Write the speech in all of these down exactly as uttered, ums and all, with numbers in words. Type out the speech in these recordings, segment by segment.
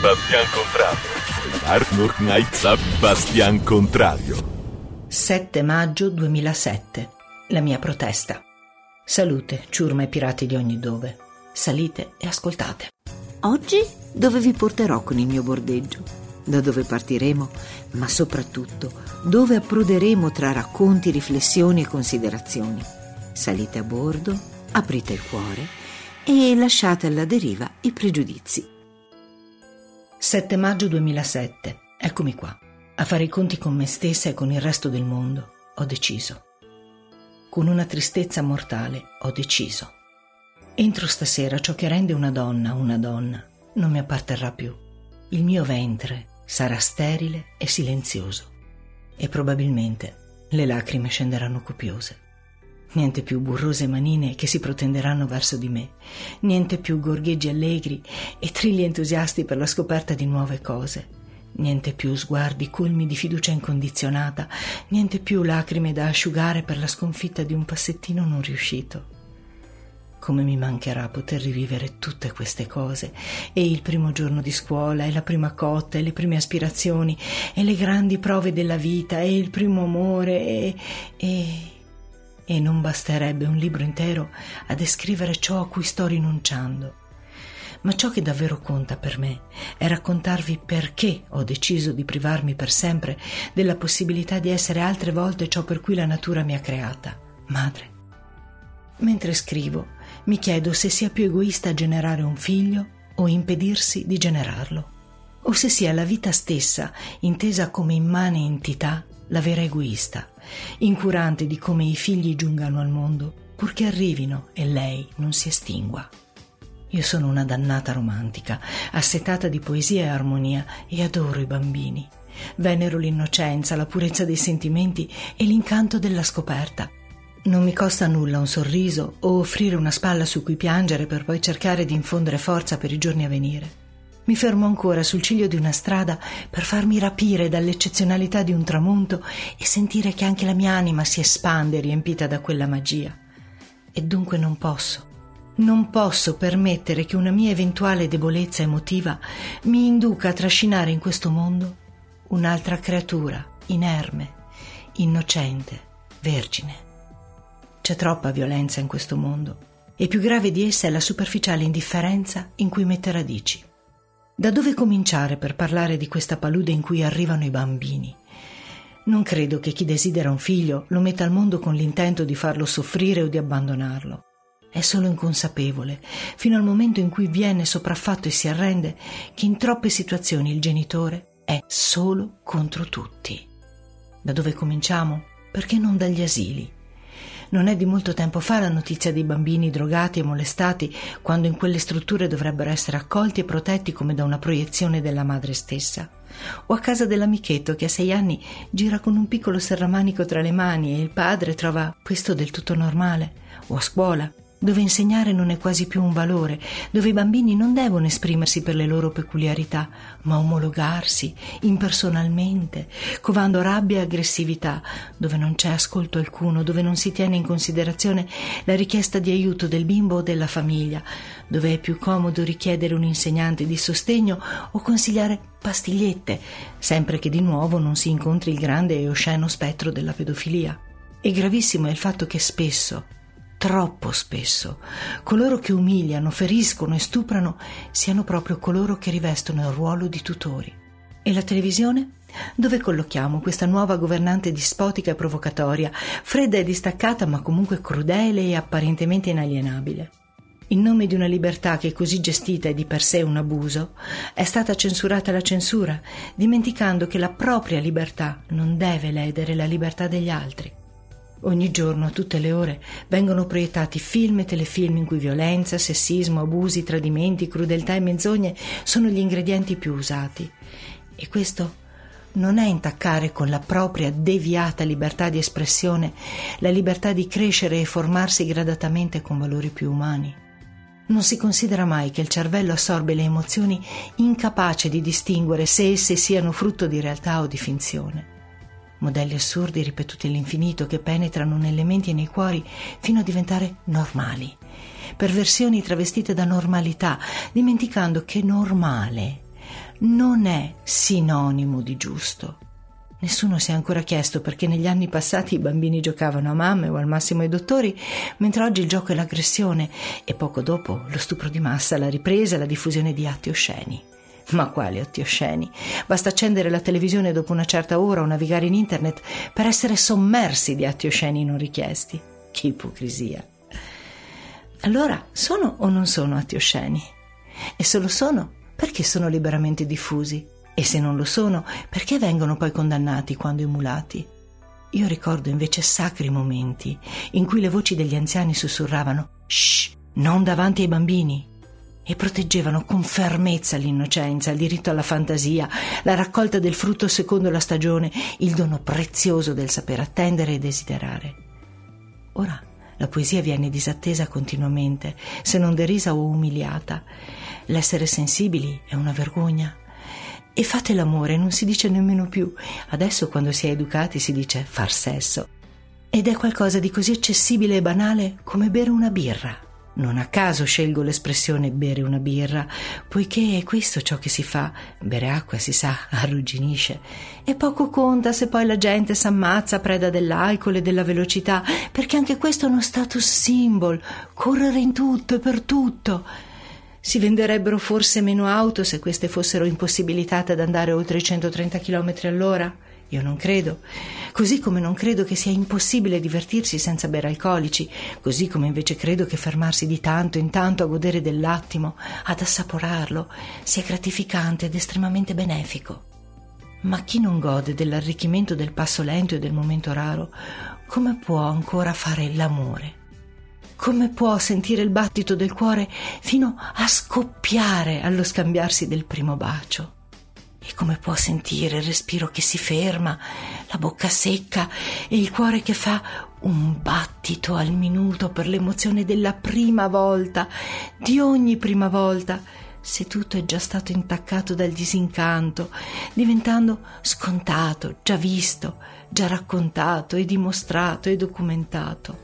Bastian Contrario. Darf noch nichts Bastian Contrario. sette maggio duemilasette. La mia protesta. Salute, ciurma e pirati di ogni dove. Salite e ascoltate. Oggi dove vi porterò con il mio bordeggio? Da dove partiremo, ma soprattutto dove approderemo tra racconti, riflessioni e considerazioni. Salite a bordo, aprite il cuore e lasciate alla deriva i pregiudizi. sette maggio duemilasette. Eccomi qua, a fare i conti con me stessa e con il resto del mondo. Ho deciso. Con una tristezza mortale ho deciso. Entro stasera ciò che rende una donna una donna non mi apparterrà più. Il mio ventre sarà sterile e silenzioso e probabilmente le lacrime scenderanno copiose. Niente più burrose manine che si protenderanno verso di me, niente più gorgheggi allegri e trilli entusiasti per la scoperta di nuove cose, niente più sguardi colmi di fiducia incondizionata, niente più lacrime da asciugare per la sconfitta di un passettino non riuscito. Come mi mancherà poter rivivere tutte queste cose, e il primo giorno di scuola, e la prima cotta, e le prime aspirazioni, e le grandi prove della vita, e il primo amore, e... e... e non basterebbe un libro intero a descrivere ciò a cui sto rinunciando. Ma ciò che davvero conta per me è raccontarvi perché ho deciso di privarmi per sempre della possibilità di essere altre volte ciò per cui la natura mi ha creata, madre. Mentre scrivo, mi chiedo se sia più egoista generare un figlio o impedirsi di generarlo, o se sia la vita stessa, intesa come immane entità, la vera egoista, incurante di come i figli giungano al mondo, purché arrivino e lei non si estingua. Io sono una dannata romantica, assetata di poesia e armonia, e adoro i bambini. Venero l'innocenza, la purezza dei sentimenti e l'incanto della scoperta. Non mi costa nulla un sorriso o offrire una spalla su cui piangere per poi cercare di infondere forza per i giorni a venire. Mi fermo ancora sul ciglio di una strada per farmi rapire dall'eccezionalità di un tramonto e sentire che anche la mia anima si espande riempita da quella magia. E dunque non posso, non posso permettere che una mia eventuale debolezza emotiva mi induca a trascinare in questo mondo un'altra creatura inerme, innocente, vergine. C'è troppa violenza in questo mondo e più grave di essa è la superficiale indifferenza in cui mette radici. Da dove cominciare per parlare di questa palude in cui arrivano i bambini? Non credo che chi desidera un figlio lo metta al mondo con l'intento di farlo soffrire o di abbandonarlo. È solo inconsapevole, fino al momento in cui viene sopraffatto e si arrende, che in troppe situazioni il genitore è solo contro tutti. Da dove cominciamo? Perché non dagli asili? Non è di molto tempo fa la notizia dei bambini drogati e molestati, quando in quelle strutture dovrebbero essere accolti e protetti come da una proiezione della madre stessa. O a casa dell'amichetto che a sei anni gira con un piccolo serramanico tra le mani e il padre trova questo del tutto normale. O a scuola, dove insegnare non è quasi più un valore, dove i bambini non devono esprimersi per le loro peculiarità, ma omologarsi impersonalmente, covando rabbia e aggressività, dove non c'è ascolto alcuno, dove non si tiene in considerazione la richiesta di aiuto del bimbo o della famiglia, dove è più comodo richiedere un insegnante di sostegno o consigliare pastigliette, sempre che di nuovo non si incontri il grande e osceno spettro della pedofilia. E gravissimo è il fatto che spesso, troppo spesso, coloro che umiliano, feriscono e stuprano siano proprio coloro che rivestono il ruolo di tutori. E la televisione? Dove collochiamo questa nuova governante dispotica e provocatoria, fredda e distaccata ma comunque crudele e apparentemente inalienabile? In nome di una libertà che così gestita è di per sé un abuso, è stata censurata la censura, dimenticando che la propria libertà non deve ledere la libertà degli altri. Ogni giorno, a tutte le ore, vengono proiettati film e telefilm in cui violenza, sessismo, abusi, tradimenti, crudeltà e menzogne sono gli ingredienti più usati. E questo non è intaccare con la propria deviata libertà di espressione la libertà di crescere e formarsi gradatamente con valori più umani. Non si considera mai che il cervello assorbe le emozioni incapace di distinguere se esse siano frutto di realtà o di finzione. Modelli assurdi ripetuti all'infinito che penetrano nelle menti e nei cuori fino a diventare normali. Perversioni travestite da normalità, dimenticando che normale non è sinonimo di giusto. Nessuno si è ancora chiesto perché negli anni passati i bambini giocavano a mamme o al massimo ai dottori, mentre oggi il gioco è l'aggressione e poco dopo lo stupro di massa, la ripresa e la diffusione di atti osceni. Ma quali atti osceni? Basta accendere la televisione dopo una certa ora o navigare in internet per essere sommersi di atti osceni non richiesti. Che ipocrisia! Allora, sono o non sono atti osceni? E se lo sono, perché sono liberamente diffusi? E se non lo sono, perché vengono poi condannati quando emulati? Io ricordo invece sacri momenti in cui le voci degli anziani sussurravano «Shh, non davanti ai bambini!» e proteggevano con fermezza l'innocenza, il diritto alla fantasia, la raccolta del frutto secondo la stagione, il dono prezioso del saper attendere e desiderare. Ora la poesia viene disattesa continuamente, se non derisa o umiliata. L'essere sensibili è una vergogna. E fate l'amore non si dice nemmeno più. Adesso quando si è educati si dice far sesso. Ed è qualcosa di così accessibile e banale come bere una birra. Non a caso scelgo l'espressione bere una birra, poiché è questo ciò che si fa. Bere acqua, si sa, arrugginisce. E poco conta se poi la gente s'ammazza preda dell'alcol e della velocità, perché anche questo è uno status symbol, correre in tutto e per tutto. Si venderebbero forse meno auto se queste fossero impossibilitate ad andare oltre i centotrenta chilometri all'ora? Io non credo. Così come non credo che sia impossibile divertirsi senza bere alcolici, così come invece credo che fermarsi di tanto in tanto a godere dell'attimo, ad assaporarlo, sia gratificante ed estremamente benefico. Ma chi non gode dell'arricchimento del passo lento e del momento raro, come può ancora fare l'amore? Come può sentire il battito del cuore fino a scoppiare allo scambiarsi del primo bacio? E come può sentire il respiro che si ferma, la bocca secca e il cuore che fa un battito al minuto per l'emozione della prima volta, di ogni prima volta, se tutto è già stato intaccato dal disincanto, diventando scontato, già visto, già raccontato e dimostrato e documentato.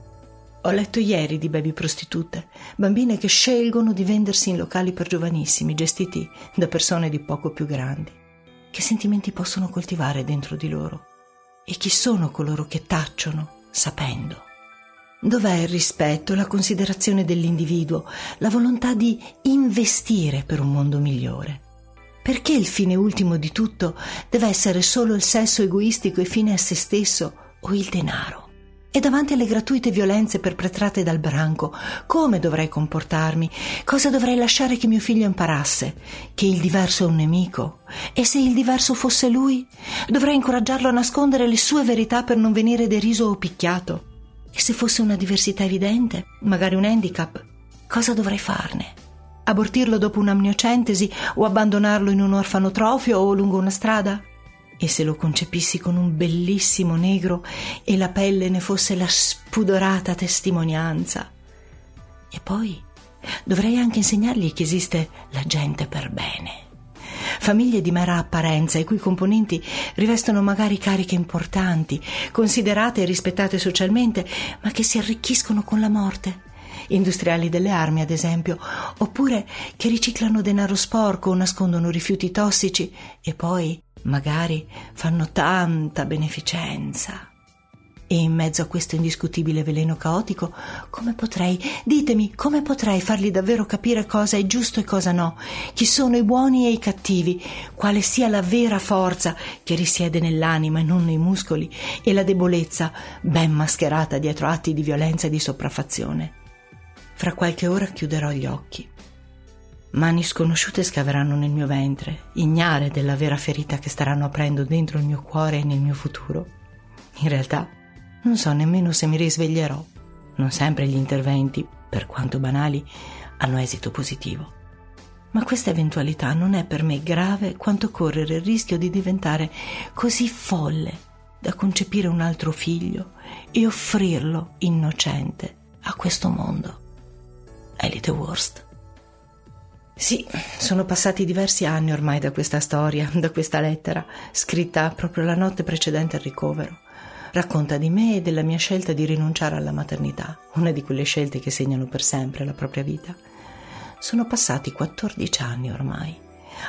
Ho letto ieri di baby prostitute, bambine che scelgono di vendersi in locali per giovanissimi, gestiti da persone di poco più grandi. Che sentimenti possono coltivare dentro di loro? E chi sono coloro che tacciono, sapendo? Dov'è il rispetto, la considerazione dell'individuo, la volontà di investire per un mondo migliore? Perché il fine ultimo di tutto deve essere solo il sesso egoistico e fine a se stesso o il denaro? E davanti alle gratuite violenze perpetrate dal branco, come dovrei comportarmi? Cosa dovrei lasciare che mio figlio imparasse? Che il diverso è un nemico? E se il diverso fosse lui? Dovrei incoraggiarlo a nascondere le sue verità per non venire deriso o picchiato? E se fosse una diversità evidente, magari un handicap, cosa dovrei farne? Abortirlo dopo un'amniocentesi o abbandonarlo in un orfanotrofio o lungo una strada? E se lo concepissi con un bellissimo negro e la pelle ne fosse la spudorata testimonianza? E poi dovrei anche insegnargli che esiste la gente per bene. Famiglie di mera apparenza, i cui componenti rivestono magari cariche importanti, considerate e rispettate socialmente, ma che si arricchiscono con la morte. Industriali delle armi, ad esempio, oppure che riciclano denaro sporco o nascondono rifiuti tossici e poi magari fanno tanta beneficenza. E in mezzo a questo indiscutibile veleno caotico, come potrei, ditemi, come potrei fargli davvero capire cosa è giusto e cosa no, chi sono i buoni e i cattivi, quale sia la vera forza che risiede nell'anima e non nei muscoli, e la debolezza ben mascherata dietro atti di violenza e di sopraffazione. Fra qualche ora chiuderò gli occhi. Mani sconosciute scaveranno nel mio ventre, ignare della vera ferita che staranno aprendo dentro il mio cuore e nel mio futuro. In realtà, non so nemmeno se mi risveglierò. Non sempre gli interventi, per quanto banali, hanno esito positivo. Ma questa eventualità non è per me grave quanto correre il rischio di diventare così folle da concepire un altro figlio e offrirlo innocente a questo mondo. Elite Worst. Sì, sono passati diversi anni ormai da questa storia, da questa lettera, scritta proprio la notte precedente al ricovero. Racconta di me e della mia scelta di rinunciare alla maternità, una di quelle scelte che segnano per sempre la propria vita. Sono passati quattordici anni ormai.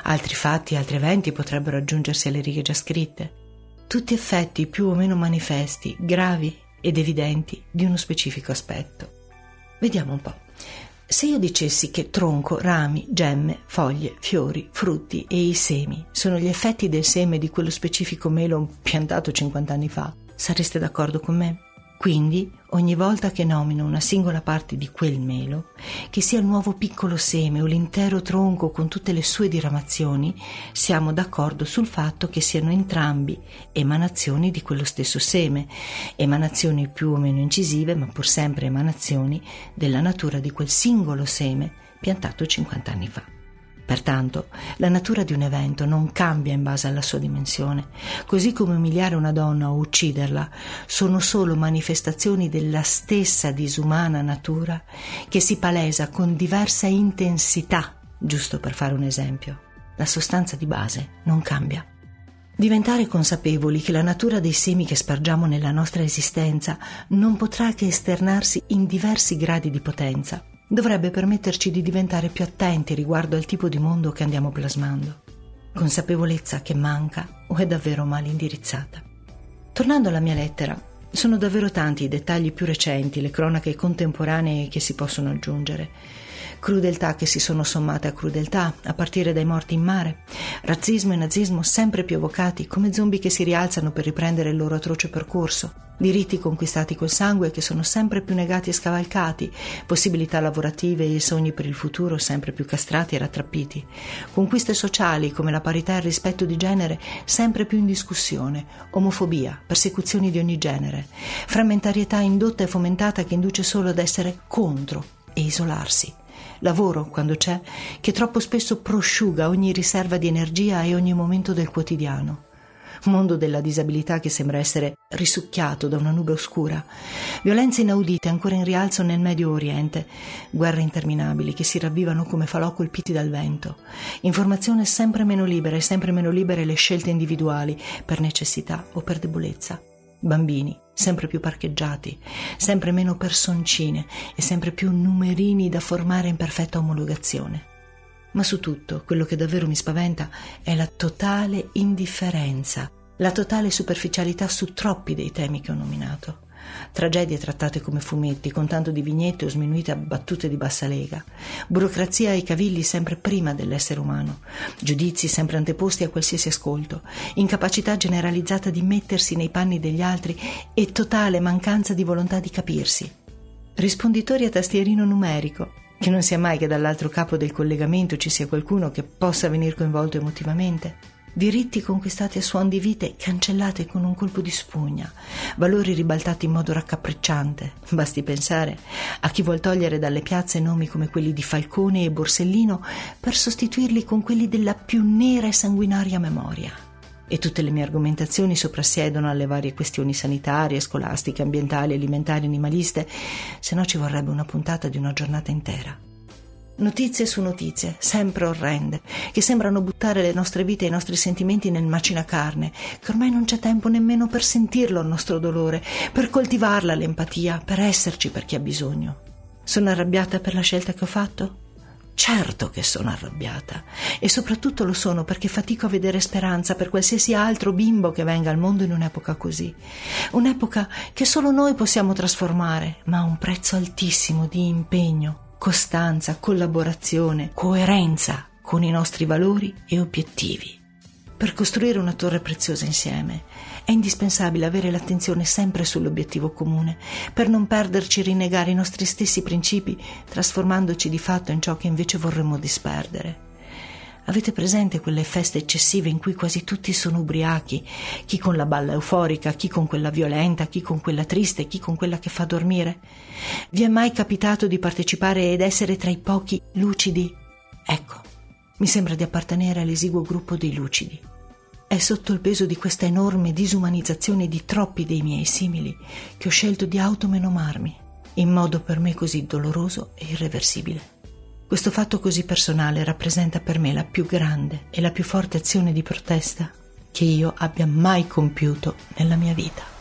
altri fatti, altri eventi potrebbero aggiungersi alle righe già scritte. Tutti effetti più o meno manifesti, gravi ed evidenti di uno specifico aspetto. Vediamo un po'. Se io dicessi che tronco, rami, gemme, foglie, fiori, frutti e i semi sono gli effetti del seme di quello specifico melo piantato cinquanta anni fa, sareste d'accordo con me? Quindi, ogni volta che nomino una singola parte di quel melo, che sia il nuovo piccolo seme o l'intero tronco con tutte le sue diramazioni, siamo d'accordo sul fatto che siano entrambi emanazioni di quello stesso seme, emanazioni più o meno incisive, ma pur sempre emanazioni della natura di quel singolo seme piantato cinquanta anni fa. Pertanto, la natura di un evento non cambia in base alla sua dimensione, così come umiliare una donna o ucciderla sono solo manifestazioni della stessa disumana natura che si palesa con diversa intensità, giusto per fare un esempio. La sostanza di base non cambia. Diventare consapevoli che la natura dei semi che spargiamo nella nostra esistenza non potrà che esternarsi in diversi gradi di potenza dovrebbe permetterci di diventare più attenti riguardo al tipo di mondo che andiamo plasmando. Consapevolezza che manca o è davvero male indirizzata. Tornando alla mia lettera, sono davvero tanti i dettagli più recenti, le cronache contemporanee che si possono aggiungere. Crudeltà che si sono sommate a crudeltà, a partire dai morti in mare, razzismo e nazismo sempre più evocati come zombie che si rialzano per riprendere il loro atroce percorso, diritti conquistati col sangue che sono sempre più negati e scavalcati, possibilità lavorative e sogni per il futuro sempre più castrati e rattrappiti, conquiste sociali come la parità e il rispetto di genere sempre più in discussione, omofobia, persecuzioni di ogni genere, frammentarietà indotta e fomentata che induce solo ad essere contro e isolarsi, lavoro, quando c'è, che troppo spesso prosciuga ogni riserva di energia e ogni momento del quotidiano. Mondo della disabilità che sembra essere risucchiato da una nube oscura, violenze inaudite ancora in rialzo nel Medio Oriente, guerre interminabili che si ravvivano come falò colpiti dal vento, informazione sempre meno libera e sempre meno libere le scelte individuali per necessità o per debolezza, bambini sempre più parcheggiati, sempre meno personcine e sempre più numerini da formare in perfetta omologazione. Ma su tutto, quello che davvero mi spaventa è la totale indifferenza, la totale superficialità su troppi dei temi che ho nominato. Tragedie trattate come fumetti, con tanto di vignette o sminuite a battute di bassa lega, burocrazia e cavilli sempre prima dell'essere umano, giudizi sempre anteposti a qualsiasi ascolto, incapacità generalizzata di mettersi nei panni degli altri e totale mancanza di volontà di capirsi. Risponditori a tastierino numerico, che non sia mai che dall'altro capo del collegamento ci sia qualcuno che possa venir coinvolto emotivamente. Diritti conquistati a suon di vite cancellati con un colpo di spugna, valori ribaltati in modo raccapricciante. Basti pensare a chi vuol togliere dalle piazze nomi come quelli di Falcone e Borsellino per sostituirli con quelli della più nera e sanguinaria memoria. E tutte le mie argomentazioni soprassiedono alle varie questioni sanitarie, scolastiche, ambientali, alimentari, animaliste, se no ci vorrebbe una puntata di una giornata intera. Notizie su notizie, sempre orrende, che sembrano buttare le nostre vite e i nostri sentimenti nel macinacarne, che ormai non c'è tempo nemmeno per sentirlo il nostro dolore, per coltivarla l'empatia, per esserci per chi ha bisogno. Sono arrabbiata per la scelta che ho fatto? Certo che sono arrabbiata, e soprattutto lo sono perché fatico a vedere speranza per qualsiasi altro bimbo che venga al mondo in un'epoca così. Un'epoca che solo noi possiamo trasformare, ma a un prezzo altissimo di impegno, costanza, collaborazione, coerenza con i nostri valori e obiettivi. Per costruire una torre preziosa insieme è indispensabile avere l'attenzione sempre sull'obiettivo comune, per non perderci e rinnegare i nostri stessi principi, trasformandoci di fatto in ciò che invece vorremmo disperdere. Avete presente quelle feste eccessive in cui quasi tutti sono ubriachi, chi con la balla euforica, chi con quella violenta, chi con quella triste, chi con quella che fa dormire? Vi è mai capitato di partecipare ed essere tra i pochi lucidi? Ecco, mi sembra di appartenere all'esiguo gruppo dei lucidi. È sotto il peso di questa enorme disumanizzazione di troppi dei miei simili che ho scelto di automenomarmi, in modo per me così doloroso e irreversibile. Questo fatto così personale rappresenta per me la più grande e la più forte azione di protesta che io abbia mai compiuto nella mia vita.